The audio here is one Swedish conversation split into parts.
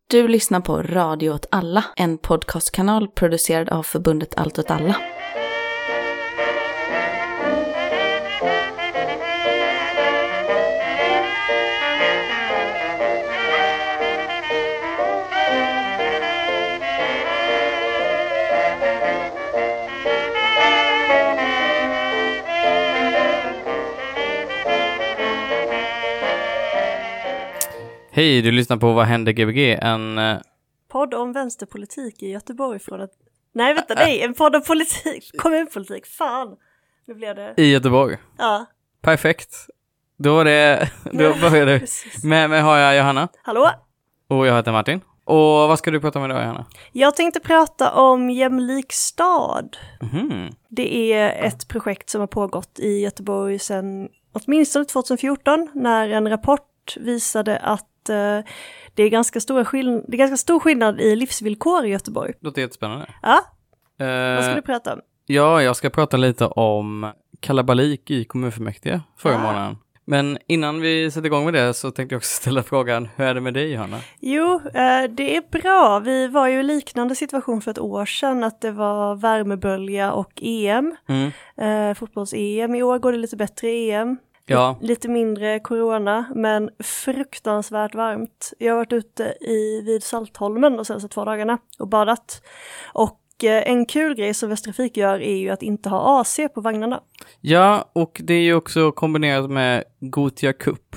Du lyssnar på Radio åt alla, en podcastkanal producerad av förbundet Allt åt alla. Hej, du lyssnar på Vad händer Gbg? En podd om vänsterpolitik i Göteborg från ett... Nej, en podd om politik, kommunpolitik, fan. Nu blev det... I Göteborg. Ja. Perfekt. Då börjar du. Med mig har jag Johanna. Hallå. Och jag heter Martin. Och vad ska du prata om idag, Johanna? Jag tänkte prata om jämlik stad. Mm. Det är ett projekt som har pågått i Göteborg sedan åtminstone 2014 när en rapport visade att det är ganska stor skillnad i livsvillkor i Göteborg. Det låter jättespännande. Ja. Vad ska du prata om? Ja, jag ska prata lite om kalabalik i kommunfullmäktige förra månaden. Men innan vi sätter igång med det så tänkte jag också ställa frågan, hur är det med dig, Johanna? Jo, det är bra. Vi var ju i liknande situation för ett år sedan att det var värmebölja och EM. Fotbolls-EM. I år går det lite bättre EM. Ja. Lite mindre corona, men fruktansvärt varmt. Jag har varit ute vid Saltholmen de senaste 2 dagarna och badat. Och en kul grej som Västtrafik gör är ju att inte ha AC på vagnarna. Ja, och det är ju också kombinerat med Gothia Cup.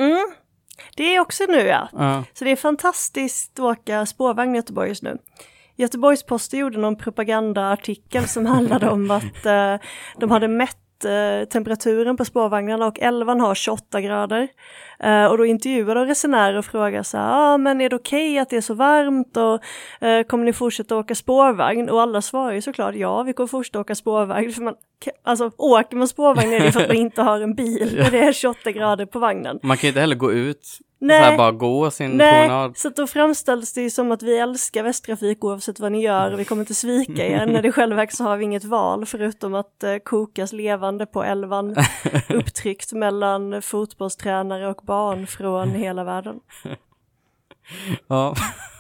Det är också nu, ja. Så det är fantastiskt att åka spårvagn i Göteborg just nu. Göteborgs-Posten gjorde någon propagandaartikel som handlade om att de hade mätt temperaturen på spårvagnarna och 11 har 28 grader. Och då intervjuade resenärer och frågade så här, men är det okej att det är så varmt och kommer ni fortsätta åka spårvagn? Och alla svarar ju såklart, ja, vi kommer fortsätta åka spårvagn. För åker man spårvagn är det för att man inte har en bil och det är 28 grader på vagnen. Man kan inte heller gå ut. Nej. Så här bara gå sin promenad. Så då framställs det ju som att vi älskar Västtrafik oavsett vad ni gör och vi kommer inte svika er. När det själva så har vi inget val förutom att kokas levande på 11 upptryckt mellan fotbollstränare och barn från hela världen. Ja.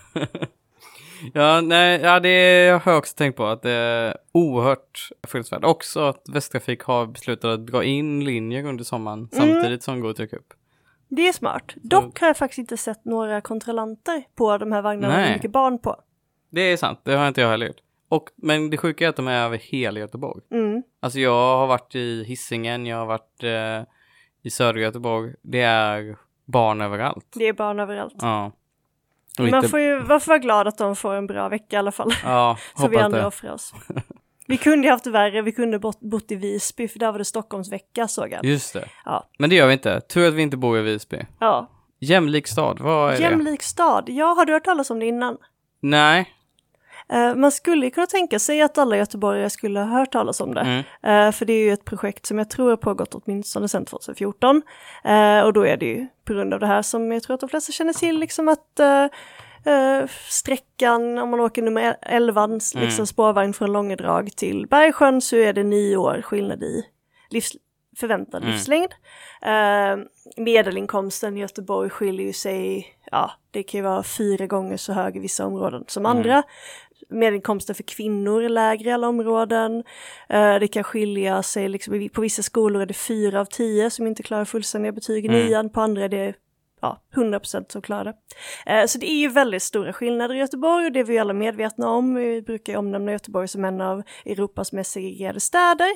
Det har jag också tänkt på att det är oerhört fruktansvärt. Också att Västtrafik har beslutat att dra in linjer under sommaren samtidigt som Gothia Cup. Det är smart. Dock har jag faktiskt inte sett några kontrollanter på de här vagnarna med mycket barn på. Det är sant, det har inte jag heller gjort. Men det sjuka är att de är över hela Göteborg. Alltså jag har varit i Hisingen, jag har varit i södra Göteborg. Det är barn överallt. Det är barn överallt. Ja. Man får ju vara glad att de får en bra vecka i alla fall. Ja, så vi andra offrar oss. Vi kunde ju haft det värre, vi kunde bott i Visby för där var det Stockholmsvecka, såg jag. Just det. Ja. Men det gör vi inte. Tur att vi inte bor i Visby. Ja. Jämlik stad, vad är det? Jämlik stad, ja, har du hört talas om det innan? Nej. Man skulle kunna tänka sig att alla göteborgare skulle ha hört talas om det. För det är ju ett projekt som jag tror har pågått åtminstone sedan 2014. Och då är det ju på grund av det här som jag tror att de flesta känner till, liksom att sträckan, om man åker nummer 11, liksom spårvagn från Långedrag till Bergsjön, så är det 9 år skillnad i förväntad livslängd. Medelinkomsten i Göteborg skiljer ju sig, det kan ju vara 4 gånger så hög i vissa områden som andra. Medelinkomsten för kvinnor är lägre i alla områden. Det kan skilja sig, liksom, på vissa skolor är det 4 av 10 som inte klarar fullständiga betyg i 9:an, på andra är det 100% som klarar det. Så det är ju väldigt stora skillnader i Göteborg och det är vi alla medvetna om. Vi brukar ju omnämna Göteborg som en av Europas mest segregerade städer.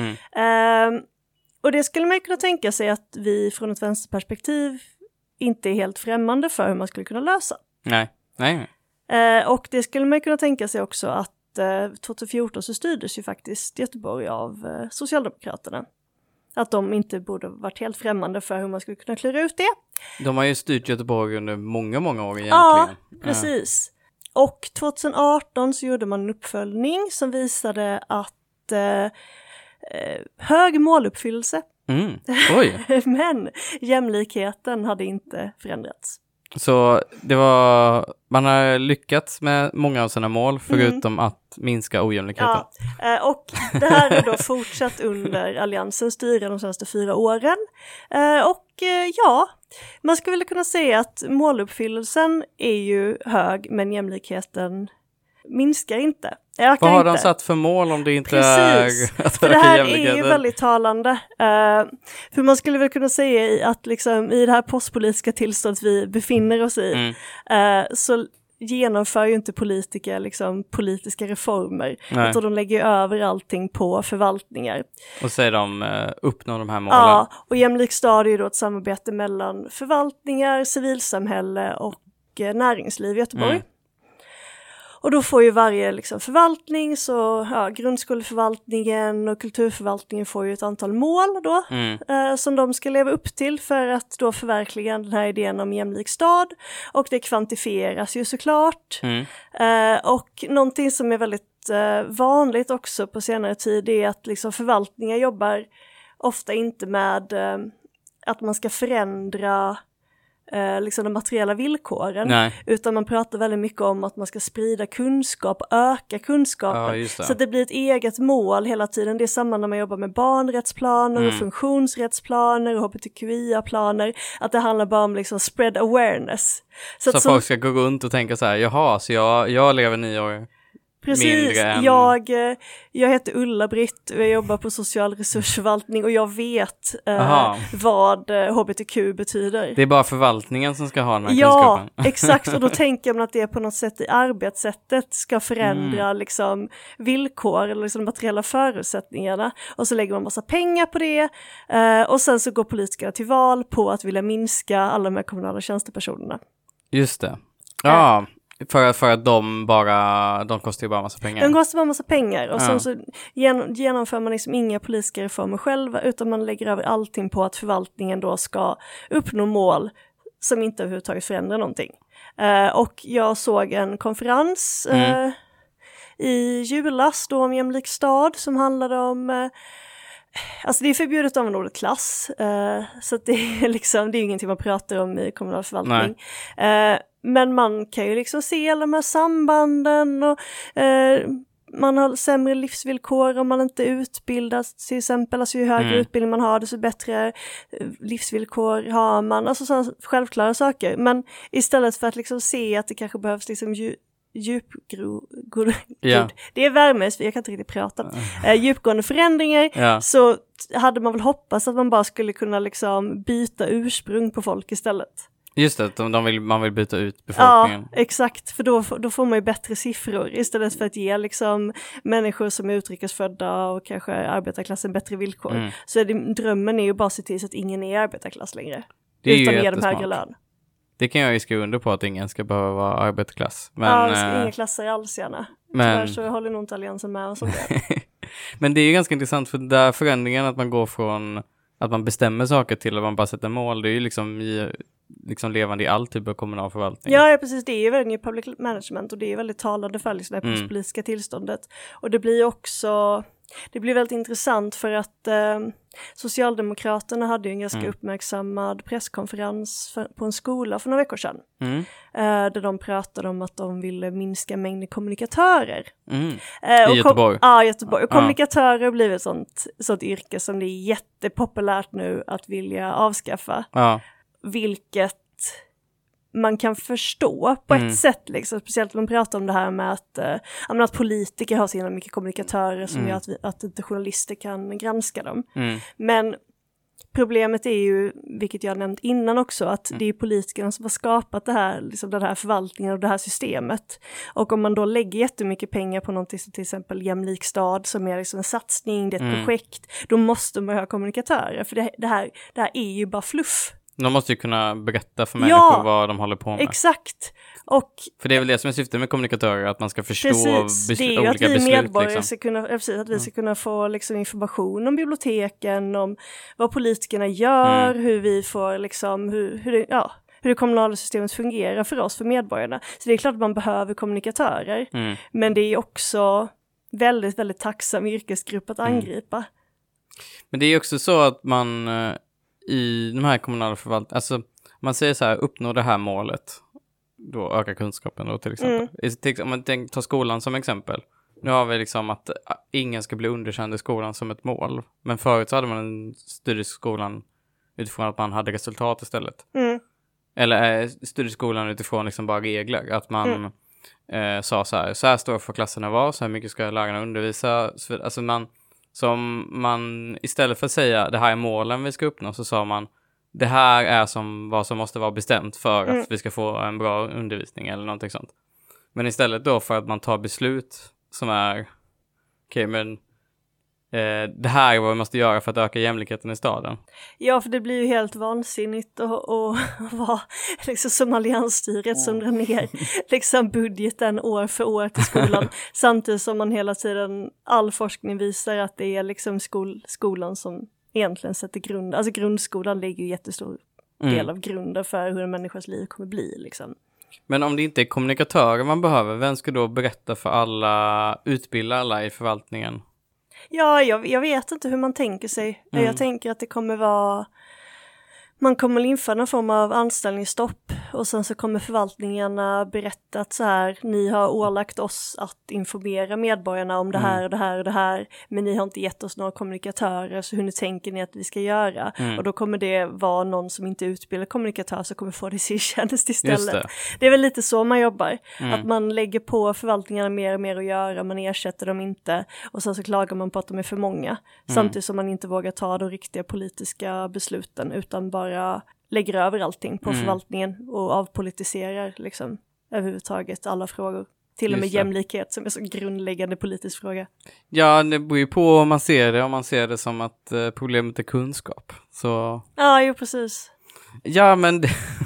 Och det skulle man kunna tänka sig att vi från ett vänsterperspektiv inte är helt främmande för hur man skulle kunna lösa. Nej. Och det skulle man kunna tänka sig också att 2014 så styrdes ju faktiskt Göteborg av Socialdemokraterna. Att de inte borde varit helt främmande för hur man skulle kunna klura ut det. De har ju styrt Göteborg under många år egentligen. Ja, precis. Och 2018 så gjorde man en uppföljning som visade att hög måluppfyllelse. Oj. Men jämlikheten hade inte förändrats. Så man har lyckats med många av sina mål förutom att minska ojämlikheten. Ja, och det här är då fortsatt under Alliansens styre de senaste 4 åren. Man skulle väl kunna säga att måluppfyllelsen är ju hög, men jämlikheten minskar inte. Vad har de satt för mål om det inte är att öka jämlikheten? Det här är ju väldigt talande. För man skulle väl kunna säga att liksom, i det här postpolitiska tillståndet vi befinner oss i så genomför ju inte politiker liksom politiska reformer. Utan de lägger över allting på förvaltningar. Och så är de uppnår de här målen. Ja, och jämlik stad är ju då ett samarbete mellan förvaltningar, civilsamhälle och näringsliv i Göteborg. Och då får ju varje liksom förvaltning, så grundskoleförvaltningen och kulturförvaltningen får ju ett antal mål då som de ska leva upp till för att då förverkliga den här idén om jämlik stad. Och det kvantifieras ju såklart. Och någonting som är väldigt vanligt också på senare tid är att liksom förvaltningar jobbar ofta inte med att man ska förändra liksom de materiella villkoren. Utan man pratar väldigt mycket om att man ska sprida kunskap och öka kunskapen. Så att det blir ett eget mål hela tiden. Det är samma när man jobbar med barnrättsplaner och funktionsrättsplaner och hbtqia-planer. Att det handlar bara om liksom spread awareness. Så folk ska gå runt och tänka så här, jaha, så jag lever 9 år. Precis, jag heter Ulla-Britt och jag jobbar på social resursförvaltning och jag vet vad hbtq betyder. Det är bara förvaltningen som ska ha den här kunskapen. Ja, exakt, och då tänker man att det på något sätt i arbetssättet ska förändra liksom villkor eller liksom de materiella förutsättningarna, och så lägger man massa pengar på det och sen så går politikerna till val på att vilja minska alla de här kommunala tjänstepersonerna. Just det. Ja, för att de kostar ju bara massa pengar. De kostar bara massa pengar och sen så genomför man liksom inga politiska reformer själva, utan man lägger över allting på att förvaltningen då ska uppnå mål som inte överhuvudtaget förändrar någonting. Och jag såg en konferens i julas då om jämlik stad som handlade om alltså det är förbjudet att använda ordet klass, så att det är liksom, det är ingenting man pratar om i kommunal förvaltning. Men man kan ju liksom se alla de här sambanden och man har sämre livsvillkor om man inte utbildas till exempel. Alltså ju högre utbildning man har, desto bättre livsvillkor har man. Alltså sådana självklara saker. Men istället för att liksom se att det kanske behövs liksom det är värme, jag kan inte riktigt prata. Djupgående förändringar, så hade man väl hoppats att man bara skulle kunna liksom byta ursprung på folk istället. Just det, man vill byta ut befolkningen. Ja, exakt, för då får man ju bättre siffror istället för att ge liksom människor som är utrikesfödda och kanske arbetarklassen bättre villkor. Så drömmen är ju bara att se till så att ingen är i arbetarklass längre. Utan ge dem högre lön. Det kan jag ju skriva under på, att ingen ska behöva vara arbetarklass. Men, det ska inga klasser alls gärna. Tyvärr så håller nog inte Alliansen med oss om det. Men det är ju ganska intressant, för där förändringen att man går från att man bestämmer saker till att man bara sätter mål, det är ju liksom levande i all typ av kommunal förvaltning. Ja, precis. Det är ju väldigt public management och det är väldigt talande för liksom det här politiska tillståndet. Och det blir väldigt intressant för att Socialdemokraterna hade ju en ganska uppmärksammad presskonferens på en skola för några veckor sedan. Där de pratade om att de ville minska mängden kommunikatörer. I Göteborg? Ja, Göteborg. Och kommunikatörer har blivit ett sånt yrke som det är jättepopulärt nu att vilja avskaffa. Vilket man kan förstå på ett sätt liksom, speciellt när man pratar om det här med att politiker har så himla mycket kommunikatörer som gör att inte journalister kan granska dem. Men problemet är ju, vilket jag nämnt innan också, att det är politikerna som har skapat det här, liksom den här förvaltningen och det här systemet. Och om man då lägger jättemycket pengar på någonting som till exempel jämlik stad, som är liksom en satsning, det är ett projekt, då måste man ha kommunikatörer. För det här är ju bara fluff. De måste ju kunna berätta för människor vad de håller på med. Exakt. För det är väl det som är syftet med kommunikatörer, att man ska förstå olika beslut. Det är ju att vi medborgare ska kunna, att vi ska kunna få liksom information om biblioteken, om vad politikerna gör, hur vi får liksom, hur det kommunala systemet fungerar för oss, för medborgarna. Så det är klart att man behöver kommunikatörer. Men det är också väldigt, väldigt tacksam yrkesgrupp att angripa. Men det är också så att man i de här kommunala förvaltningarna, alltså man säger så här, uppnå det här målet, då ökar kunskapen då till exempel. Om man tar skolan som exempel. Nu har vi liksom att ingen ska bli underkänd i skolan som ett mål. Men förut så hade man studieskolan utifrån att man hade resultat istället. Eller studieskolan utifrån liksom bara regler. Att man sa så här står för klasserna vara, så här mycket ska lärarna undervisa. Alltså man istället för att säga det här är målen vi ska uppnå, så sa man det här är vad som måste vara bestämt för att vi ska få en bra undervisning eller någonting sånt. Men istället då för att man tar beslut som är men det här är vad vi måste göra för att öka jämlikheten i staden. Ja, för det blir ju helt vansinnigt att vara liksom som alliansstyret som drar ner liksom budgeten år för år till skolan. Samtidigt som man hela tiden, all forskning visar att det är liksom skolan som egentligen sätter grund. Alltså grundskolan lägger ju jättestor del av grunden för hur en människas liv kommer bli liksom. Men om det inte är kommunikatörer man behöver, vem ska då berätta för alla, utbilda alla i förvaltningen? Ja, jag vet inte hur man tänker sig. Jag tänker att det kommer vara... Man kommer att införa någon form av anställningsstopp och sen så kommer förvaltningarna berätta att så här, ni har ålagt oss att informera medborgarna om det här och det här och det här, men ni har inte gett oss några kommunikatörer, så hur tänker ni att vi ska göra? Och då kommer det vara någon som inte utbildar kommunikatör som kommer få det i sin tjänst istället. Det är väl lite så man jobbar, att man lägger på förvaltningarna mer och mer att göra, man ersätter dem inte och sen så klagar man på att de är för många, samtidigt som man inte vågar ta de riktiga politiska besluten utan bara lägger över allting på förvaltningen och avpolitiserar liksom överhuvudtaget alla frågor. Till och med jämlikhet som är så grundläggande politisk fråga. Ja, det beror ju på om man ser det som att problemet är kunskap. Så... Ja, ju precis. Ja, men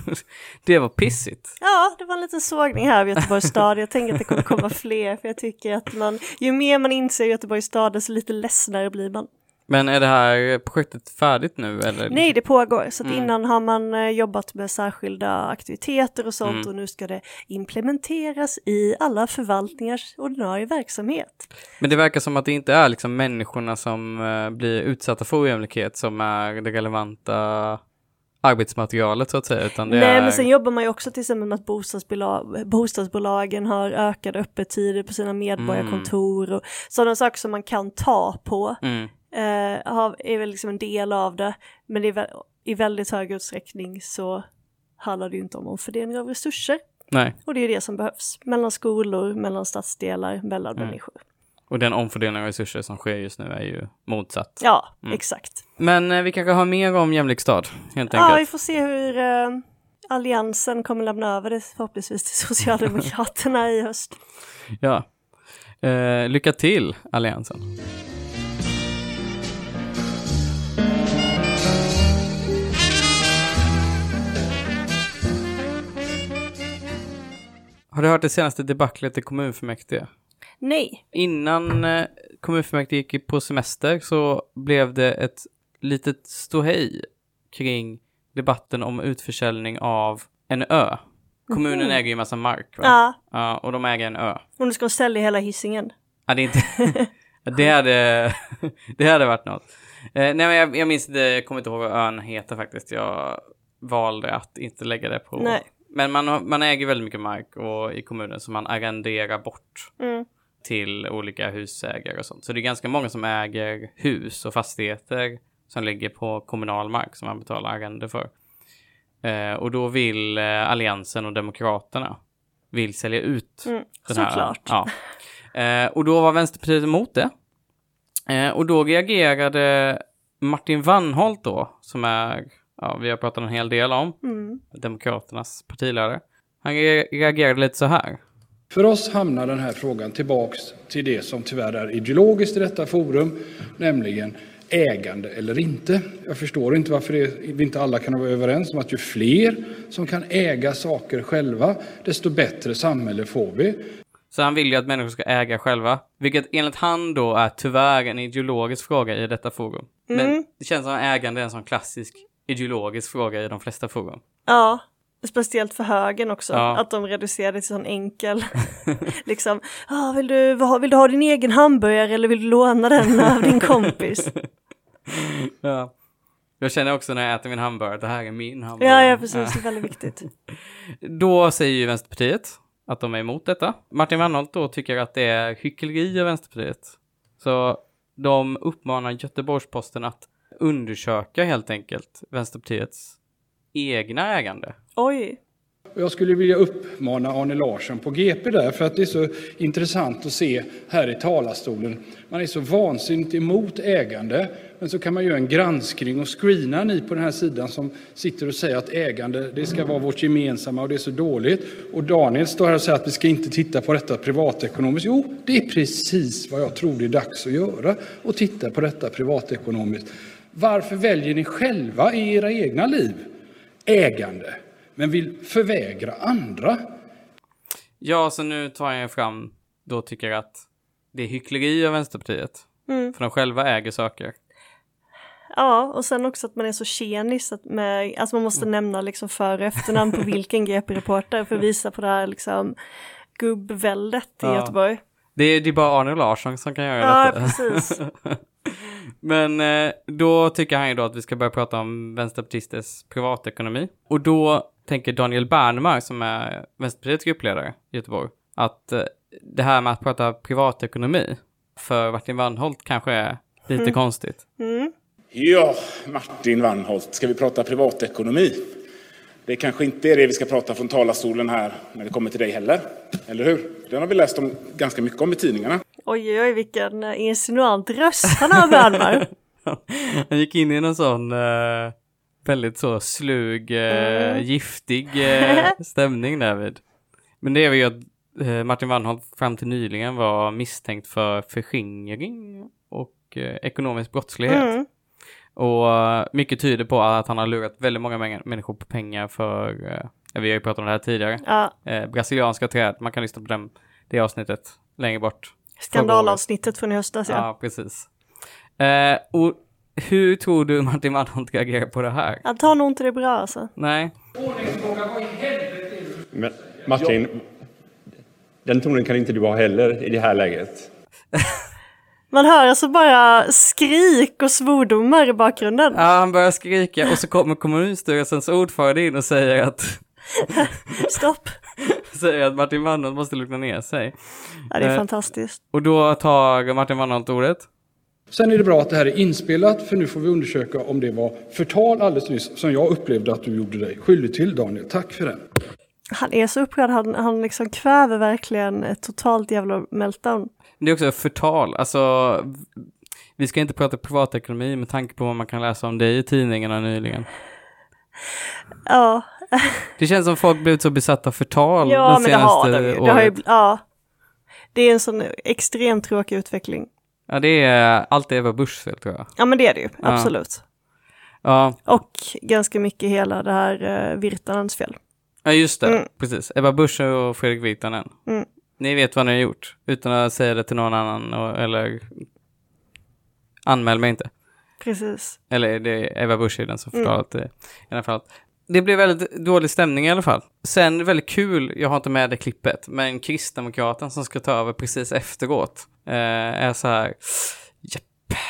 det var pissigt. Ja, det var en liten sågning här vid Göteborgs stad. Jag tänker att det kommer komma fler, för jag tycker att ju mer man inser Göteborgs stad, desto lite ledsnare blir man. Men är det här projektet färdigt nu? Eller? Nej, det pågår. Så att innan har man jobbat med särskilda aktiviteter och sånt och nu ska det implementeras i alla förvaltningars ordinarie verksamhet. Men det verkar som att det inte är liksom människorna som blir utsatta för ojämlikhet som är det relevanta arbetsmaterialet så att säga. Utan men sen jobbar man ju också till exempel med att bostadsbolagen har ökade öppettider på sina medborgarkontor och sådana saker som man kan ta på. Är väl liksom en del av det, men det är i väldigt hög utsträckning så handlar det ju inte om omfördelning av resurser. Nej. Och det är det som behövs mellan skolor, mellan stadsdelar, mellan människor. Och den omfördelning av resurser som sker just nu är ju motsatt. Ja, exakt. Men vi kanske har mer om jämlik stad, helt enkelt. Ja, vi får se hur alliansen kommer lämna över det förhoppningsvis till Socialdemokraterna i höst. Ja, lycka till alliansen. Har du hört det senaste debaclet i kommunfullmäktige? Nej. Innan kommunfullmäktige gick på semester så blev det ett litet ståhej kring debatten om utförsäljning av en ö. Kommunen äger ju en massa mark, va? Ja. Och de äger en ö. Och nu ska de sälja hela Hisingen. Ja, det är inte... det hade varit något. Nej, men jag minns inte, jag kommer inte ihåg vad ön heter faktiskt. Jag valde att inte lägga det på... Nej. Men man äger väldigt mycket mark i kommunen som man arrenderar bort till olika husägare och sånt. Så det är ganska många som äger hus och fastigheter som ligger på kommunal mark som man betalar arrende för. Och då vill Alliansen och Demokraterna sälja ut den här. Såklart. Ja. Och då var Vänsterpartiet emot det. Och då reagerade Martin Wannholt då, som är... Ja, vi har pratat en hel del om Demokraternas partiledare. Han reagerade lite så här. För oss hamnar den här frågan tillbaks till det som tyvärr är ideologiskt i detta forum, nämligen ägande eller inte. Jag förstår inte varför vi inte alla kan vara överens om att ju fler som kan äga saker själva, desto bättre samhälle får vi. Så han vill ju att människor ska äga själva, vilket enligt han då är tyvärr en ideologisk fråga i detta forum. Men det känns som att ägande är en sån klassisk ideologisk fråga i de flesta forum. Ja, speciellt för högern också. Ja. Att de reducerar det till sån enkel liksom, vill du ha din egen hamburgare eller vill du låna den av din kompis? Ja. Jag känner också när jag äter min hamburgare, det här är min hamburgare. Ja, precis. Det är väldigt viktigt. Då säger ju Vänsterpartiet att de är emot detta. Martin Wannholt då tycker att det är hyckleri av Vänsterpartiet. Så de uppmanar Göteborgs-Posten att undersöka helt enkelt Vänsterpartiets egna ägande. Oj. Jag skulle vilja uppmana Arne Larsson på GP där, för att det är så intressant att se här i talarstolen. Man är så vansinnigt emot ägande, men så kan man göra en granskning och screena ni på den här sidan som sitter och säger att ägande, det ska vara vårt gemensamma och det är så dåligt. Och Daniel står här och säger att vi ska inte titta på detta privatekonomiskt. Jo, det är precis vad jag tror det är dags att göra, och titta på detta privatekonomiskt. Varför väljer ni själva i era egna liv ägande, men vill förvägra andra? Ja, så nu tar jag fram, då tycker jag att det är hyckleri av Vänsterpartiet. För de själva äger saker. Ja, och sen också att man är så tjenis att alltså man måste nämna liksom för- och efternamn på vilken GP-reporter för att visa på det här liksom gubbväldet i Göteborg. Det är bara Arne Larsson som kan göra detta. Ja, precis. Men då tycker han ju då att vi ska börja prata om vänsterpartisters privatekonomi. Och då tänker Daniel Bernmark, som är Vänsterpartiets gruppledare i Göteborg, att det här med att prata privatekonomi för Martin Wannholt kanske är lite konstigt. Ja, Martin Wannholt, ska vi prata privatekonomi? Det kanske inte är det vi ska prata från talarstolen här när det kommer till dig heller, eller hur? Den har vi läst om ganska mycket om i tidningarna. Oj, vilken insinuant röst han har, Bernmark. Han gick in i någon sån väldigt så slug, giftig stämning därvid. Men det är ju att Martin Wannholt fram till nyligen var misstänkt för förskingring och ekonomisk brottslighet. Och mycket tyder på att han har lurat väldigt många människor på pengar för, vi har ju pratat om det här tidigare, brasilianska träd. Man kan lyssna på det avsnittet längre bort. Skandalavsnittet från i höstas, ja. Precis. Och hur tror du Martin Wannholt reagerar på det här? Han tar nog inte det bra alltså. Nej. Men Martin, den tonen kan inte du ha heller i det här läget. Man hör alltså bara skrik och svordomar i bakgrunden. Ja, han börjar skrika och så kommer kommunstyrelsens ordförande in och säger att stopp. Säger att Martin Wannholt måste lugna ner sig. Ja, det är fantastiskt. Och då tar Martin Wannholt ordet. Sen är det bra att det här är inspelat, för nu får vi undersöka om det var förtal alldeles nyss som jag upplevde att du gjorde dig skyldig till, Daniel. Tack för den. Han är så upprörd, han liksom kväver verkligen ett totalt jävla meltdown. Det är också förtal, alltså vi ska inte prata privatekonomi med tanke på vad man kan läsa om det i tidningarna nyligen. Ja. Det känns som folk blivit så besatta av förtal de senaste året. Det är en sån extremt tråkig utveckling. Ja, det är allt Eva Buschs fel, tror jag. Ja, men det är det ju, absolut. Ja. Och ganska mycket hela det här Virtanens fel. Ja, just det. Precis. Eva Busch och Fredrik Virtanen. Ni vet vad ni har gjort. Utan att säga det till någon annan. Eller anmäl mig inte. Precis. Eller det är Eva Busch är den som förklarat det. I alla fall. Det blev väldigt dålig stämning i alla fall. Sen väldigt kul, jag har inte med det klippet, men Kristdemokraten som ska ta över precis efteråt är så här. Japp.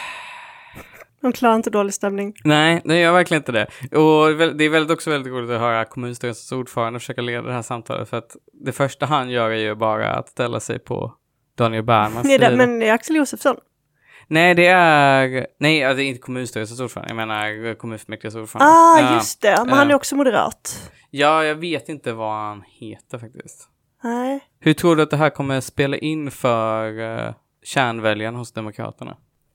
De klarar inte dålig stämning. Nej, det gör verkligen inte det. Och det är också väldigt roligt att höra kommunstyrelsens ordförande försöka leda det här samtalet. För att det första han gör är ju bara att ställa sig på Daniel Bernmarks sida. Men det är Axel Josefsson. Nej, det är inte kommunstyrelsens ordförande. Jag menar kommunfullmäktiges ordförande. Just det. Men han är också moderat. Ja, jag vet inte vad han heter faktiskt. Nej. Hur tror du att det här kommer spela in för kärnväljaren hos Demokraterna?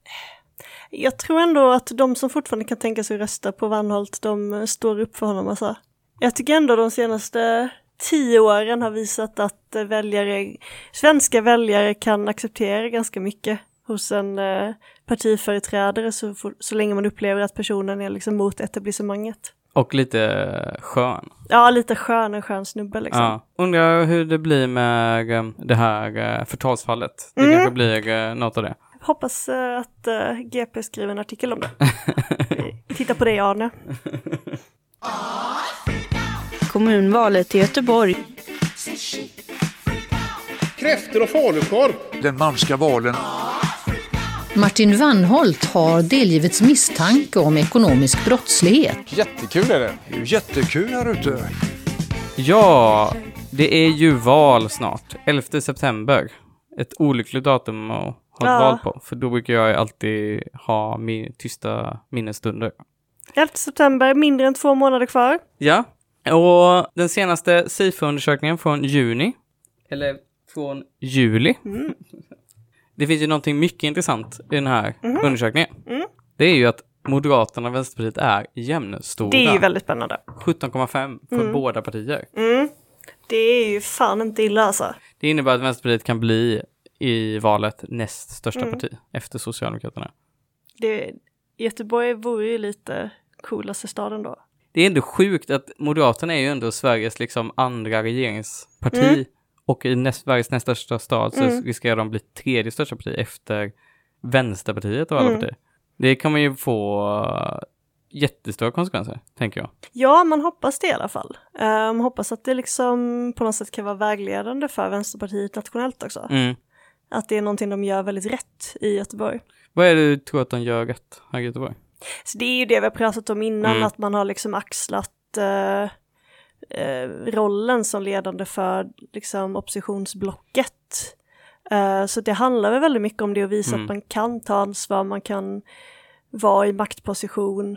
Jag tror ändå att de som fortfarande kan tänka sig rösta på Wannholt, de står upp för honom. Alltså. Jag tycker ändå de senaste 10 åren har visat att svenska väljare kan acceptera ganska mycket hos en partiföreträdare så länge man upplever att personen är liksom mot etablissemanget. Och lite skön. Ja, lite skön, en skön snubbe liksom. Ja. Undrar hur det blir med det här förtalsfallet. Det kanske blir något av det. Hoppas att GP skriver en artikel om det. Titta på dig, Arne. Kommunvalet i Göteborg. Kräftor och falukorv. Den manska valen. Martin Wannholt har delgivits misstanke om ekonomisk brottslighet. Jättekul är det. Det är ju jättekul här ute. Ja, det är ju val snart. 11 september. Ett olyckligt datum att ha ett val på. För då brukar jag alltid ha tysta minnesstunder. 11 september, mindre än 2 månader kvar. Ja, och den senaste SIFO-undersökningen från juni. Eller från juli. Det finns ju någonting mycket intressant i den här undersökningen. Det är ju att Moderaterna och Vänsterpartiet är jämnstora. Det är ju väldigt spännande. 17,5 för båda partier. Det är ju fan inte illa alltså. Det innebär att Vänsterpartiet kan bli i valet näst största parti efter Socialdemokraterna. Göteborg vore ju lite coolaste staden då. Det är ändå sjukt att Moderaterna är ju ändå Sveriges liksom andra regeringsparti. Och i Sveriges näst största stad så riskerar de bli 3:e största parti efter Vänsterpartiet och alla partier. Det kan man ju få jättestora konsekvenser, tänker jag. Ja, man hoppas det i alla fall. Man hoppas att det liksom på något sätt kan vara vägledande för Vänsterpartiet nationellt också. Att det är någonting de gör väldigt rätt i Göteborg. Vad är det du tror att de gör rätt här i Göteborg? Så det är ju det vi har pratat om innan, att man har liksom axlat rollen som ledande för liksom oppositionsblocket. Så det handlar väl väldigt mycket om det, att visa att man kan ta ansvar, man kan vara i maktposition.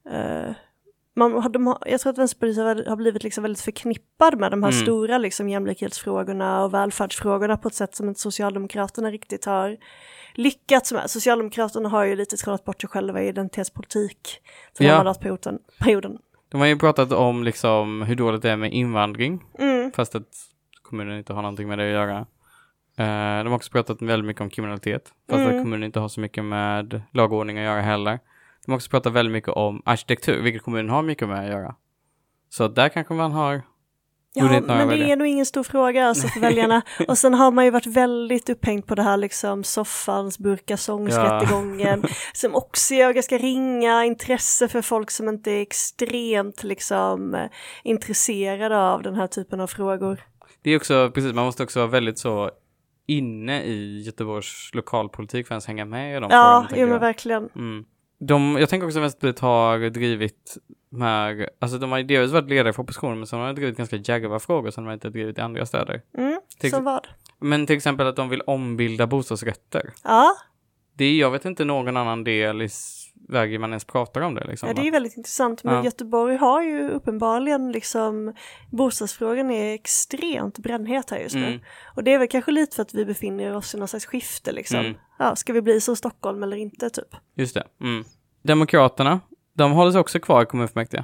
Jag tror att Vänsterpartiet har blivit liksom väldigt förknippad med de här stora liksom jämlikhetsfrågorna och välfärdsfrågorna på ett sätt som inte Socialdemokraterna riktigt har lyckats med. Socialdemokraterna har ju lite trollat bort sig själva i identitetspolitik den här mandatperioden. De har ju pratat om liksom hur dåligt det är med invandring, fast att kommunen inte har någonting med det att göra. De har också pratat väldigt mycket om kriminalitet, fast att kommunen inte har så mycket med lagordning att göra heller. De har också pratat väldigt mycket om arkitektur, vilket kommunen har mycket med att göra. Så där kanske man har... Ja, men det är nog ingen stor fråga alltså för väljarna. Och sen har man ju varit väldigt upphängd på det här liksom soffans burkasångsrättegången, som också gör ganska ringa intresse för folk som inte är extremt liksom intresserade av den här typen av frågor. Det är också, precis, man måste också vara väldigt så inne i Göteborgs lokalpolitik för att ens hänga med i de frågorna. Ja, men verkligen. Jag tänker också att Vänsterpartiet har drivit här, alltså de har ju delvis varit ledare för oppositionen, men så har de drivit ganska djärva frågor som de inte har drivit i andra städer. Som vad? Men till exempel att de vill ombilda bostadsrätter. Ja. Jag vet inte någon annan del i Sverige man ens pratar om det. Liksom. Ja, det är väldigt intressant. Men Göteborg har ju uppenbarligen liksom, bostadsfrågan är extremt brännhet här just nu. Och det är väl kanske lite för att vi befinner oss i någon slags skifte liksom. Ja, ska vi bli som Stockholm eller inte typ? Just det. Demokraterna, de håller sig också kvar i kommunfullmäktige.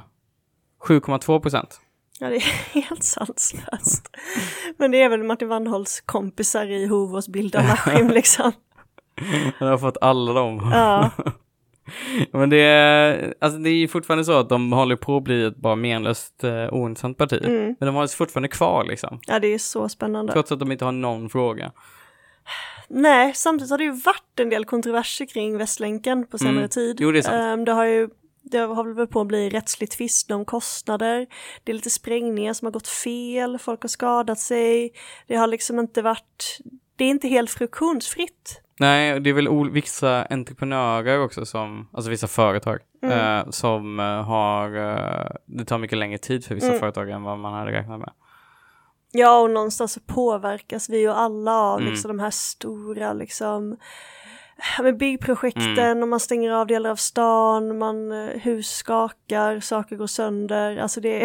7,2%. Ja, det är helt sanslöst. Men det är väl Martin Wannholts kompisar i Hovås bildarmaskin liksom. Han har fått alla dem. Ja. Men det är ju fortfarande så att de håller på att bli ett bara menlöst ointressant parti. Men de håller sig fortfarande kvar liksom. Ja, det är så spännande. Trots att de inte har någon fråga. Nej, samtidigt har det ju varit en del kontroverser kring Västlänken på senare tid. Jo, det är sant. Det har väl på att bli rättsligt tvist om kostnader. Det är lite sprängningar som har gått fel. Folk har skadat sig. Det har liksom inte varit... Det är inte helt friktionsfritt. Nej, det är väl vissa entreprenörer också som... Alltså vissa företag som har... det tar mycket längre tid för vissa företag än vad man hade räknat med. Ja, och någonstans så påverkas vi ju alla av liksom de här stora liksom... med byggprojekten och man stänger av delar av stan, hus skakar, saker går sönder, alltså det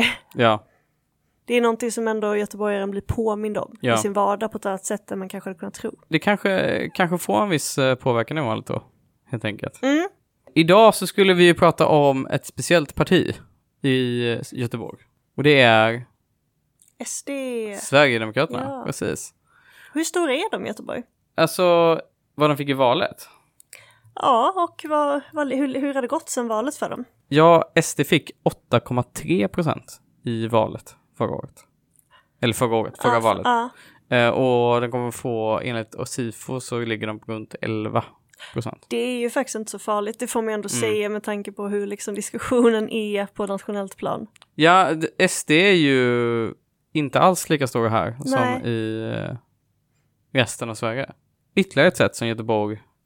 är någonting som ändå göteborgaren blir påmind om i sin vardag på ett annat sätt än man kanske hade kunnat tro. Det kanske får en viss påverkan i valet då, helt enkelt. Idag så skulle vi ju prata om ett speciellt parti i Göteborg, och det är SD. Sverigedemokraterna, precis. Hur stora är de i Göteborg? Alltså... Vad de fick i valet? Ja, och hur har det gått sedan valet för dem? Ja, SD fick 8,3% i valet förra valet. Och den kommer få, enligt SIFO så ligger de på runt 11%. Det är ju faktiskt inte så farligt, det får man ändå säga med tanke på hur liksom diskussionen är på nationellt plan. Ja, SD är ju inte alls lika stora här som i resten av Sverige. Ytterligare ett sätt som Göteborg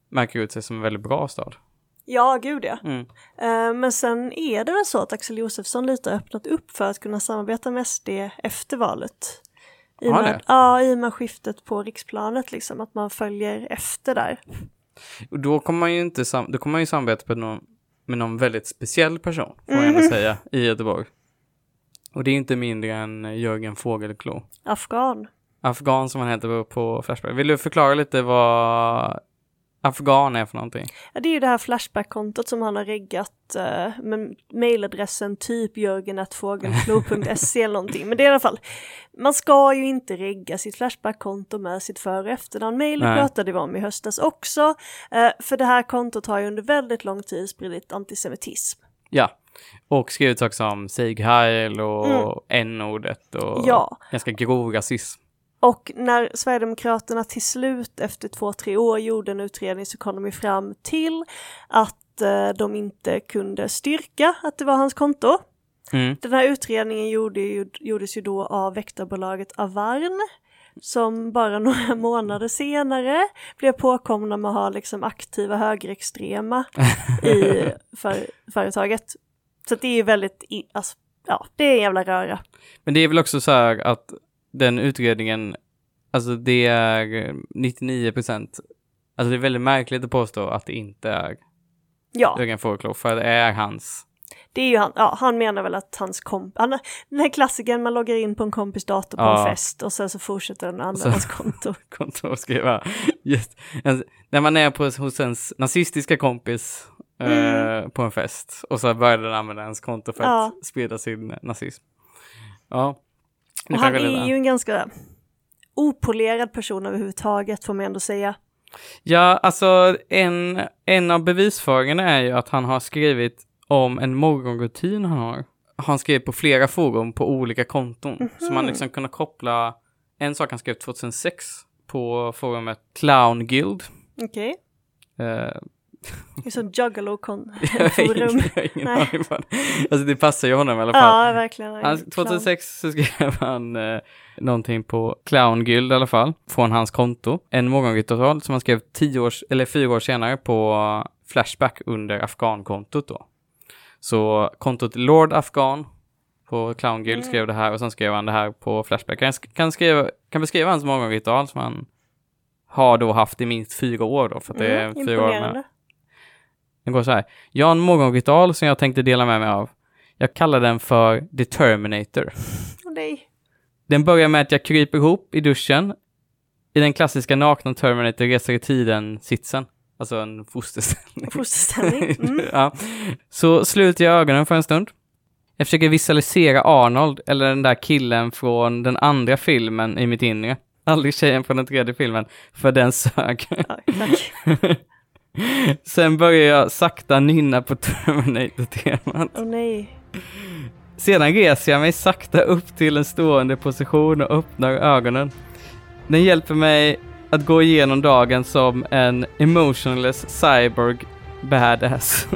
märker ut sig som en väldigt bra stad. Ja, gud ja. Men sen är det väl så att Axel Josefsson lite har öppnat upp för att kunna samarbeta med SD efter valet. I och med skiftet på riksplanet liksom, att man följer efter där. Och då kommer man ju inte samarbeta med någon väldigt speciell person, får jag ändå säga, i Göteborg. Och det är inte mindre än Jörgen Fågelklo. Afghan som han heter på Flashback. Vill du förklara lite vad Afghan är för någonting? Ja, det är ju det här Flashback-kontot som han har reggat med mailadressen typ jörgen@fågelklo.se eller någonting. Men det är i alla fall, man ska ju inte regga sitt Flashback-konto med sitt för- och efternamn. Mailet pratade vi om i höstas också. För det här kontot har ju under väldigt lång tid spridit antisemitism. Ja, och skrivit saker som Sieg Heil och n-ordet och ganska grov rasism. Och när Sverigedemokraterna till slut efter 2-3 år gjorde en utredning så kom de ju fram till att de inte kunde styrka att det var hans konto. Den här utredningen gjordes ju då av väktarbolaget Avarn, som bara några månader senare blev påkomna med att ha liksom aktiva högerextrema i företaget. Så det är ju väldigt, det är en jävla röra. Men det är väl också så här att den utredningen, alltså det är 99%, alltså det är väldigt märkligt att påstå att det inte är Jörgen Fågelklo, för det är hans. Det är ju han menar väl att hans den här klassikern, man loggar in på en kompis dator på en fest och sen så fortsätter den använda hans konto. Skriva. När man är hos ens nazistiska kompis på en fest och så börjar den använda ens konto för att sprida sin nazism. Ja. Och han är ju en ganska opolerad person överhuvudtaget, får man ändå säga. Ja, alltså en av bevisföringarna är ju att han har skrivit om en morgonrutin han har. Han skrev på flera forum på olika konton. Så man liksom kunde koppla en sak han skrev 2006 på forumet Clown Guild. Okej. Det är så juggalo-forum. Alltså det passar ju honom i alla fall. Ja, verkligen. 2006 så skrev han någonting på Clown Guild i alla fall, från hans konto. En morgonritual som han skrev 4 år senare på Flashback under Afghan-kontot då. Så kontot Lord Afghan på Clown Guild skrev det här, och sen skrev han det här på Flashback. Kan beskriva hans morgonritual som han har då haft i minst 4 år då, för att det är 4 år med. Den går så här. Jag har en morgonritual som jag tänkte dela med mig av. Jag kallar den för The Terminator. Nej. Den börjar med att jag kryper ihop i duschen. I den klassiska nakna Terminator reser i tiden sitsen. Alltså en fosterställning. Ja. Så sluter jag ögonen för en stund. Jag försöker visualisera Arnold eller den där killen från den andra filmen i mitt inre. Aldrig tjejen från den 3:e filmen, för den sög. Ja, tack. Sen börjar jag sakta nynna på Terminator-temat. Åh nej. Sedan reser jag mig sakta upp till en stående position och öppnar ögonen. Den hjälper mig att gå igenom dagen som en emotionless cyborg badass.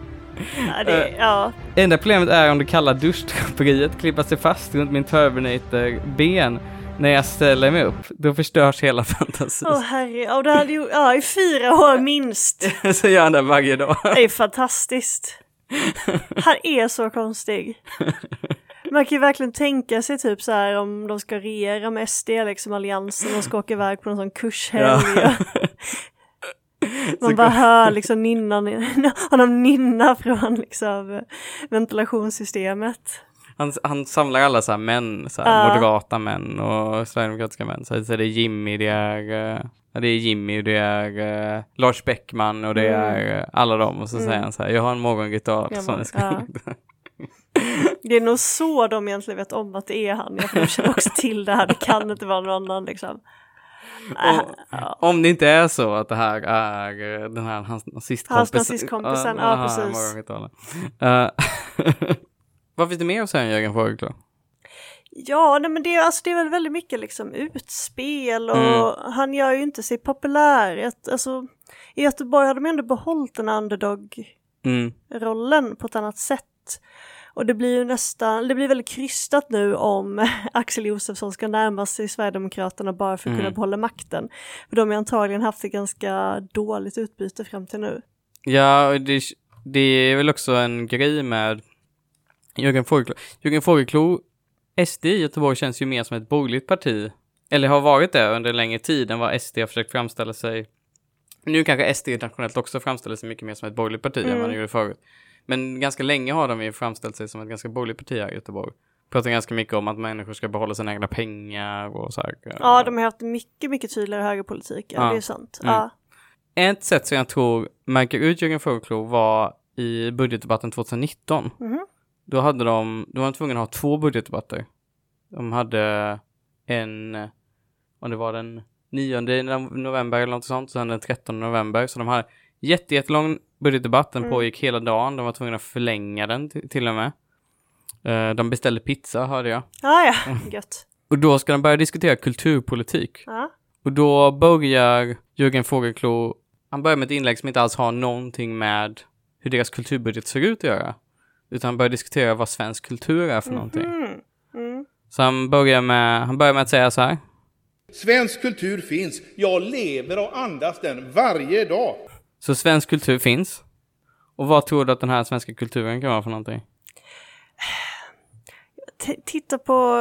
Enda problemet är om det kalla duschdraperiet klipper sig fast runt min Terminator-ben när jag ställer mig upp. Då förstörs hela fantasin. Herre, och det hade ju i 4 år minst. Så gör han det varje dag. Det är fantastiskt. Han är så konstig. Man kan ju verkligen tänka sig typ så här om de ska regera med SD, liksom alliansen, och ska åka iväg på någon sån kurshelg. Ja. Man bara hör liksom honom nynna från liksom ventilationssystemet. Han samlar alla så här män, så här moderata män och sverigedemokratiska män. Så det är Jimmy, det är Lars Bäckman och det är alla dem. Och så säger han så här, jag har en morgonritual. Det är nog så de egentligen vet om att det är han. Jag känner också till det här, det kan inte vara någon annan liksom. Om det inte är så att det här är den här hans nazistkompisen. Ja, precis. Vad finns det mer att säga om Jörgen Fågelklo? Ja, nej, men det är väl väldigt mycket liksom utspel och han gör ju inte sig populär. Alltså, i Göteborg har de ändå behållit den underdog-rollen på ett annat sätt. Och det blir väldigt krystat nu om Axel Josefsson ska närma sig Sverigedemokraterna bara för att kunna behålla makten. För de har antagligen haft ett ganska dåligt utbyte fram till nu. Ja, det är väl också en grej med Jörgen Fågelklo. SD i Göteborg känns ju mer som ett borgerligt parti. Eller har varit det under en längre tid än vad SD har försökt framställa sig. Nu kanske SD nationellt också framställer sig mycket mer som ett borgerligt parti än vad de gjorde förut. Men ganska länge har de ju framställt sig som ett ganska borgerligt parti här i Göteborg. Pratar ganska mycket om att människor ska behålla sina egna pengar och så här. Ja, de har haft mycket, mycket tydligare högerpolitik. Ja, det är sant. Ja. Ett sätt som jag tror märker ut Jörgen Fågelklo var i budgetdebatten 2019. Då var de tvungna att ha 2 budgetdebatter. De hade om det var den 9 november eller något sånt, sen den 13 november. Så de hade jättelång budgetdebatt, den pågick hela dagen. De var tvungna att förlänga den till och med. De beställde pizza, hörde jag. Ja, gött. Och då ska de börja diskutera kulturpolitik. Ja. Och då börjar Jörgen Fågelklo, han börjar med ett inlägg som inte alls har någonting med hur deras kulturbudget ser ut att göra. Utan han börjar diskutera vad svensk kultur är för någonting. Så han börjar med att säga så här. Svensk kultur finns. Jag lever och andas den varje dag. Så svensk kultur finns. Och vad tror du att den här svenska kulturen kan vara för någonting? Titta på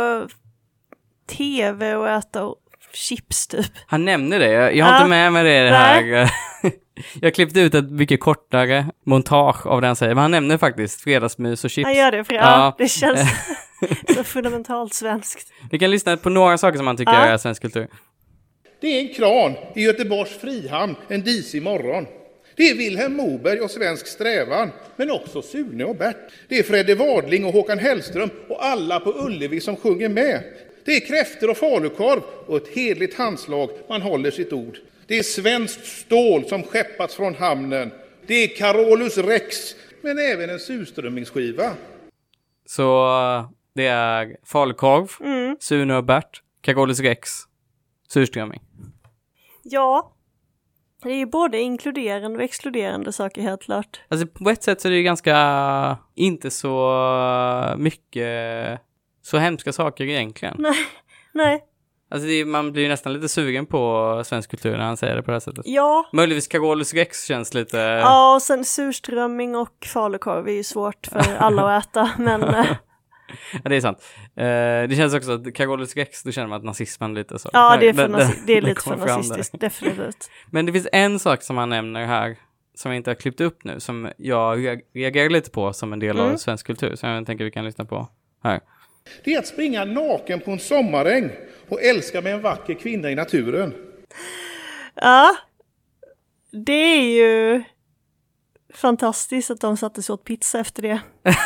tv och äta chips typ. Han nämner det. Jag har inte med mig det här. Jag klippte ut ett mycket kortare montage av det han säger. Men han nämner faktiskt fredagsmys och chips. Han gör det, ja. Det känns så fundamentalt svenskt. Vi kan lyssna på några saker som han tycker är svensk kultur. Det är en kran i Göteborgs frihamn en disig morgon. Det är Vilhelm Moberg och Svensk strävan, men också Sune och Bert. Det är Fredde Wadling och Håkan Hellström och alla på Ullevi som sjunger med. Det är kräftor och falukorv och ett hedligt handslag, man håller sitt ord. Det är svenskt stål som skeppats från hamnen. Det är Carolus Rex, men även en surströmmingsskiva. Så det är falukorv, Sune och Bert, Carolus Rex, surströmming. Ja, det är ju både inkluderande och exkluderande saker helt klart. Alltså på ett sätt så är det ju ganska inte så mycket så hemska saker egentligen. Nej. Alltså man blir ju nästan lite sugen på svensk kultur när han säger det på det här sättet. Ja. Möjligtvis Carolus Rex känns lite... Ja, och sen surströmming och falukorv är ju svårt för alla att äta, men... Ja, det är sant. Det känns också att Carolus Rex, då känner man att nazismen lite så. Ja, det är lite för nazistiskt, definitivt. Men det finns en sak som han nämner här, som jag inte har klippt upp nu, som jag reagerar lite på som en del av svensk kultur. Så jag tänker vi kan lyssna på här. Det är att springa naken på en sommaräng och älska med en vacker kvinna i naturen. Ja, det är ju fantastiskt att de satte sig åt pizza efter det.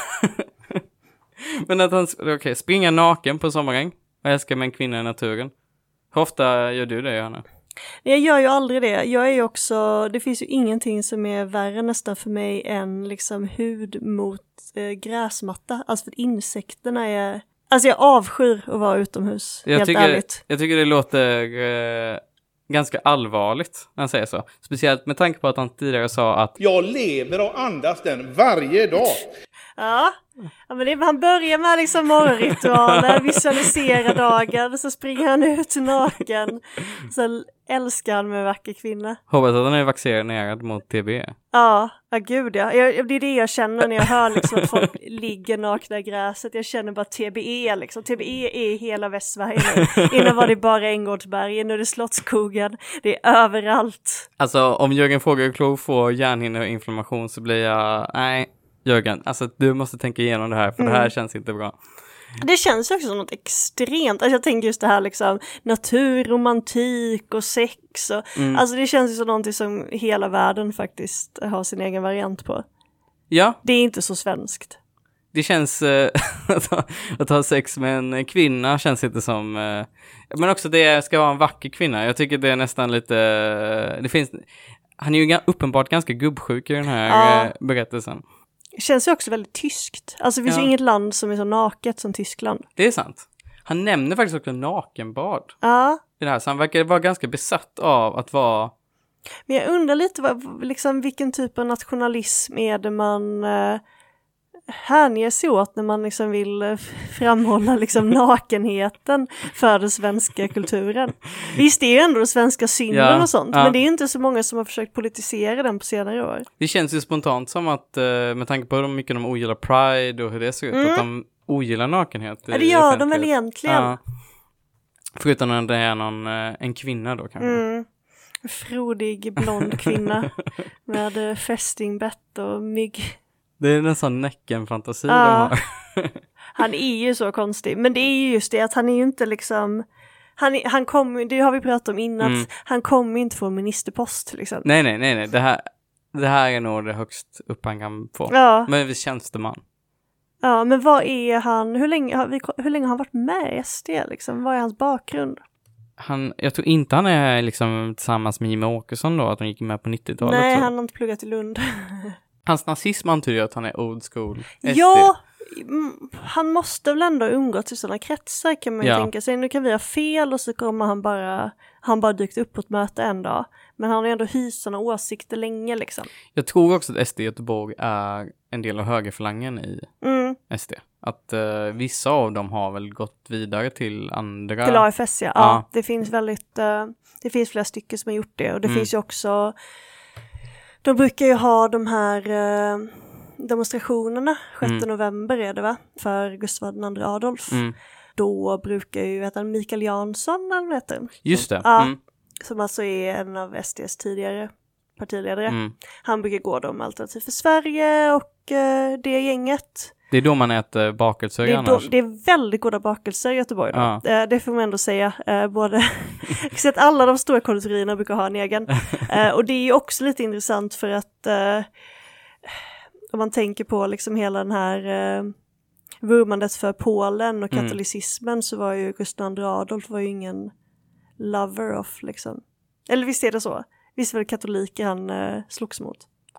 Men att han, springa naken på sommaräng och älska med en kvinna i naturen. Hur ofta gör du det, Johanna? Jag gör ju aldrig det. Jag är ju också, det finns ju ingenting som är värre nästan för mig än liksom hud mot gräsmatta. Alltså för insekterna är... Alltså jag avskyr att vara utomhus, helt ärligt. Jag tycker det låter ganska allvarligt när han säger så. Speciellt med tanke på att han tidigare sa att... Jag lever och andas den varje dag. Ja, men han börjar med liksom morgonritualer, visualisera dagen, så springer han ut naken, så älskar han med vacker kvinna. Hoppas att han är vaccinerad mot TB. Ja, gud ja. Det är det jag känner när jag hör liksom att folk ligger nakna i gräset. Jag känner bara TBE liksom. TBE är hela Västsverige nu. Innan var det bara Änggårdsbergen, nu är det Slottskogen. Det är överallt. Alltså om Jörgen Fågelklo får hjärnhinneinflammation så blir jag... Nej, Jörgen, alltså du måste tänka igenom det här, för det här känns inte bra. Det känns också som något extremt. Alltså jag tänker just det här liksom natur, romantik och sex. Och, alltså det känns ju som någonting som hela världen faktiskt har sin egen variant på. Ja. Det är inte så svenskt. Det känns att ha sex med en kvinna känns inte som... men också det ska vara en vacker kvinna. Jag tycker det är nästan lite... Det finns... Han är ju uppenbart ganska gubbsjuk i den här berättelsen. Det känns ju också väldigt tyskt. Alltså det finns ju inget land som är så naket som Tyskland. Det är sant. Han nämner faktiskt också nakenbad. Ja. Det här, så han verkar vara ganska besatt av att vara... Men jag undrar lite liksom, vilken typ av nationalism är det man hänger sig åt när man liksom vill framhålla liksom nakenheten för den svenska kulturen. Visst, det är ju ändå den svenska synden och sånt, men det är inte så många som har försökt politisera den på senare år. Det känns ju spontant som att, med tanke på hur mycket de ogillar Pride och hur det ser ut, att de ogillar nakenhet. Ja, det gör de väl egentligen. Ja. Förutom när det är en kvinna då kanske. Frodig blond kvinna med fästingbett och mygg. Det är en sån näckenfantasi de har. Han är ju så konstig. Men det är ju just det att han är ju inte liksom... Han kommer, det har vi pratat om innan, han kommer inte få en ministerpost liksom. Nej. Det här är nog det högst upp han kan få. Ja. Men vi tjänsteman. Ja, men vad är han, hur länge har han varit med i SD liksom? Vad är hans bakgrund? Jag tror inte han är liksom tillsammans med Jimmie Åkesson då, att de gick med på 90-talet. Nej, så. han har inte pluggat i Lund. Hans nazism antyder att han är old school SD. Ja, han måste väl ändå umgått i sådana kretsar kan man ju tänka sig. Nu kan vi ha fel och så kommer han bara dykt upp på ett möte en dag. Men han har ändå hyst sådana åsikter länge liksom. Jag tror också att SD i Göteborg är en del av högerfalangen i SD. Att vissa av dem har väl gått vidare till andra... Till AFS, ja. Det finns det finns flera stycken som har gjort det. Och det finns ju också... De brukar ju ha de här demonstrationerna, 6 november är det va? För Gustav II Adolf. Då brukar ju Mikael Jansson, han heter. Just det. Som alltså är en av SDs tidigare partiledare. Han brukar gå dem Alternativ för Sverige och det gänget. Det är då man äter bakelser annars. Det är väldigt goda bakelser i Göteborg då. Det får man ändå säga. Så att alla de stora konditorierna brukar ha en egen. Och det är ju också lite intressant för att om man tänker på liksom hela den här vurmandet för Polen och katolicismen så var ju Gustav II Adolf var ju ingen lover of liksom. Eller visst är det så? Visst var det katoliker han slogs mot?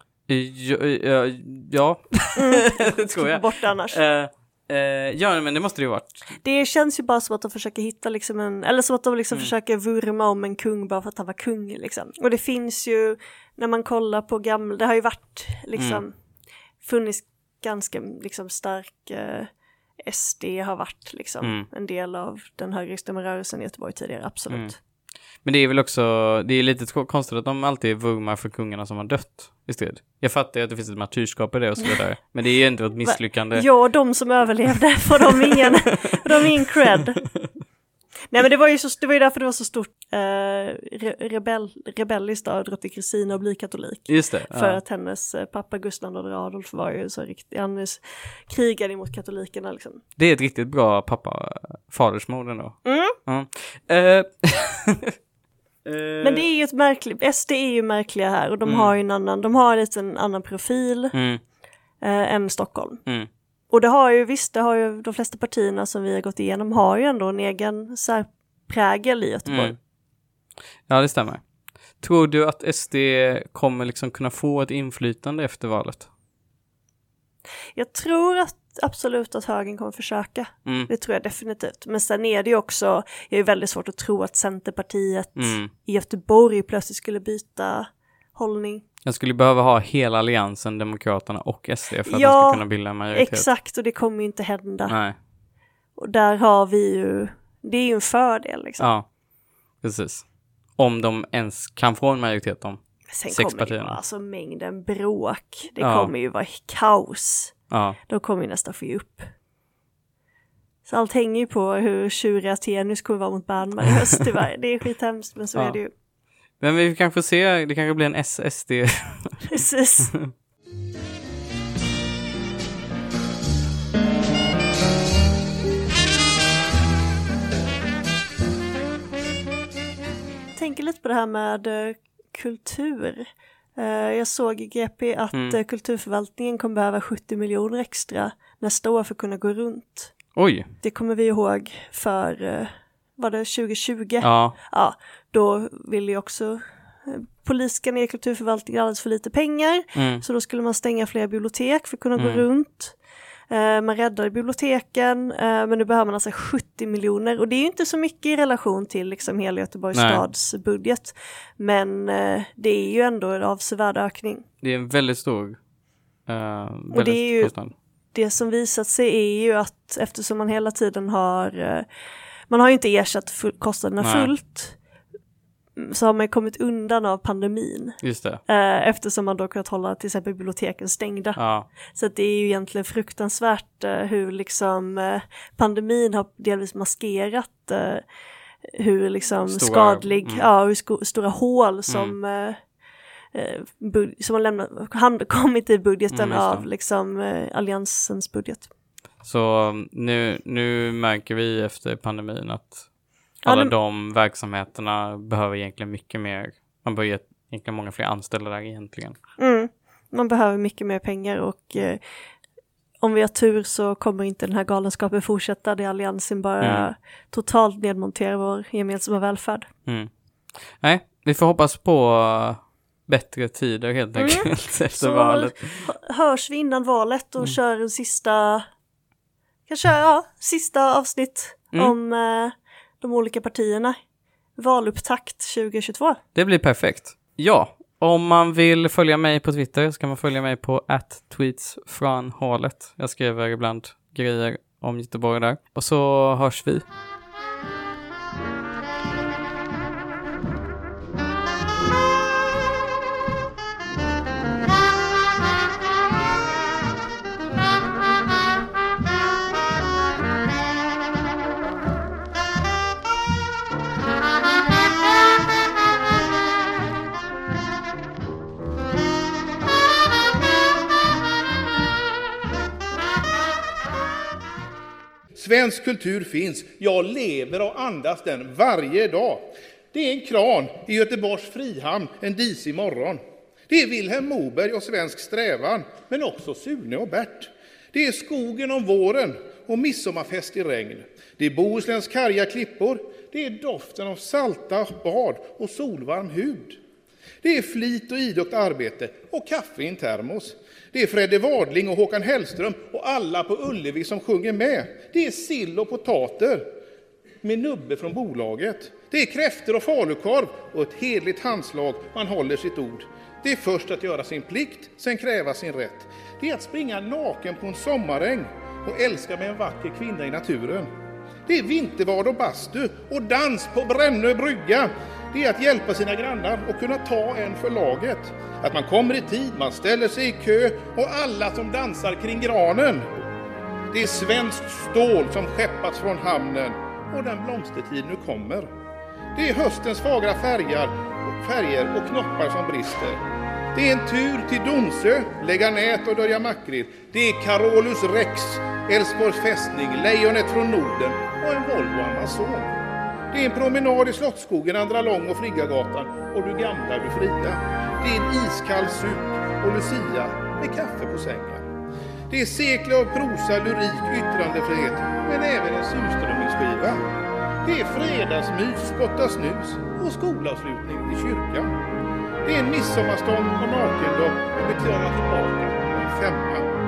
Ja. Det tror jag. Bort annars. Ja, men det måste det ju varit. Det känns ju bara som att de försöker hitta liksom eller som att de liksom försöker vurma om en kung bara för att han var kung liksom. Och det finns ju, när man kollar på gamla, det har ju varit liksom funnits ganska liksom stark SD har varit liksom en del av den högerextrema rörelsen i Göteborg tidigare, absolut. Men det är väl också, det är lite konstigt att de alltid vurmar för kungarna som har dött istället. Jag fattar ju att det finns ett martyrskap i det och så vidare. Men det är ju ändå ett misslyckande. Ja, de som överlevde får de ingen cred. Nej, men det var ju därför det var så stort rebelliskt av drottning Kristina att bli katolik. Just det. För att hennes pappa Gustav II Adolf var ju så riktigt, han krigade emot katolikerna liksom. Det är ett riktigt bra fadersmord ändå. Men det är ju ett märkligt, SD är ju märkliga här och de har ju de har lite en annan profil än Stockholm. Och det har ju de flesta partierna som vi har gått igenom har ju ändå en egen särprägel i Göteborg. Ja, det stämmer. Tror du att SD kommer liksom kunna få ett inflytande efter valet? Jag tror absolut att högern kommer försöka. Det tror jag definitivt. Men sen är det ju också, jag är väldigt svårt att tro att Centerpartiet i Göteborg plötsligt skulle byta hållning. Jag skulle behöva ha hela alliansen, Demokraterna och SD för att de ska kunna bilda en majoritet. Exakt, och det kommer ju inte hända. Nej. Och där har vi ju, det är ju en fördel liksom. Ja, precis. Om de ens kan få en majoritet om sen 6 kommer partierna. Ju vara, alltså mängden bråk, det kommer ju vara kaos. Ja. De kommer ju nästan få ge upp. Så allt hänger ju på hur tjuriga Tenus kommer vara mot Bernberg i höst tyvärr. Det är skithemskt, men så är det ju. Men vi kanske får se, det kanske blir en SSD. Precis. Jag tänker lite på det här med kultur. Jag såg i GP att kulturförvaltningen kommer behöva 70 miljoner extra nästa år för att kunna gå runt. Oj. Det kommer vi ihåg för, var det 2020? Ja. Ja, då ville ju också polisen ner i kulturförvaltningen alldeles för lite pengar. Så då skulle man stänga fler bibliotek för att kunna gå runt. Man räddade biblioteken, men nu behöver man alltså 70 miljoner. Och det är ju inte så mycket i relation till liksom hela Göteborgs stads budget. Men det är ju ändå en avsevärd ökning. Det är en väldigt stor och det är ju kostnad. det som visat sig är ju att eftersom man hela tiden man har ju inte ersatt kostnaderna fullt, så har man kommit undan av pandemin. Just det. Eftersom man då kunnat hålla till exempel biblioteken stängda. Ja. Så att det är ju egentligen fruktansvärt hur liksom pandemin har delvis maskerat hur liksom skadlig, hur stora hål som har kommit i budgeten av liksom alliansens budget. Så nu märker vi efter pandemin att alla de verksamheterna behöver egentligen mycket mer. Man behöver egentligen många fler anställda där egentligen. Man behöver mycket mer pengar och om vi har tur så kommer inte den här galenskapen fortsätta. Det alliansen bara totalt nedmonterar vår gemensamma välfärd. Nej, vi får hoppas på bättre tider helt enkelt efter valet. Hörs vi innan valet och kör en sista avsnitt om de olika partierna. Valupptakt 2022. Det blir perfekt. Ja, om man vill följa mig på Twitter ska man följa mig på @tweetsfranhalet. Jag skriver ibland grejer om Göteborg där. Och så hörs vi. Svensk kultur finns. Jag lever och andas den varje dag. Det är en kran i Göteborgs frihamn en disig morgon. Det är Vilhelm Moberg och svensk strävan, men också Sune och Bert. Det är skogen om våren och midsommarfest i regn. Det är Bohusläns karga klippor. Det är doften av salta bad och solvarm hud. Det är flit och idogt arbete och kaffe i en termos. Det är Fredde Wadling och Håkan Hellström och alla på Ullevi som sjunger med. Det är sill och potater med nubbe från bolaget. Det är kräftor och falukorv och ett hedligt handslag, man håller sitt ord. Det är först att göra sin plikt, sen kräva sin rätt. Det är att springa naken på en sommaräng och älska med en vacker kvinna i naturen. Det är vintervad och bastu och dans på Brännö brygga. Det är att hjälpa sina grannar och kunna ta en för laget. Att man kommer i tid, man ställer sig i kö och alla som dansar kring granen. Det är svenskt stål som skeppats från hamnen och den blomstertid nu kommer. Det är höstens fagra färger och knoppar som brister. Det är en tur till Donsö, lägga nät och dörja makrill. Det är Carolus Rex, Älvsborgs fästning, lejonet från Norden och en Volvo Amazon. Det är en promenad i Slottsskogen, Andra Lång och Friggagatan och du gamla, du fria. Det är en iskall sup och Lucia med kaffe på sängen. Det är sekler av prosa, lyrik, yttrandefrihet, men även en surströmmingsskiva. Det är fredagsmys, spotta snus och skolavslutning i kyrkan. Det är en midsommarstånd och nakendopp och betala tillbaka en femma.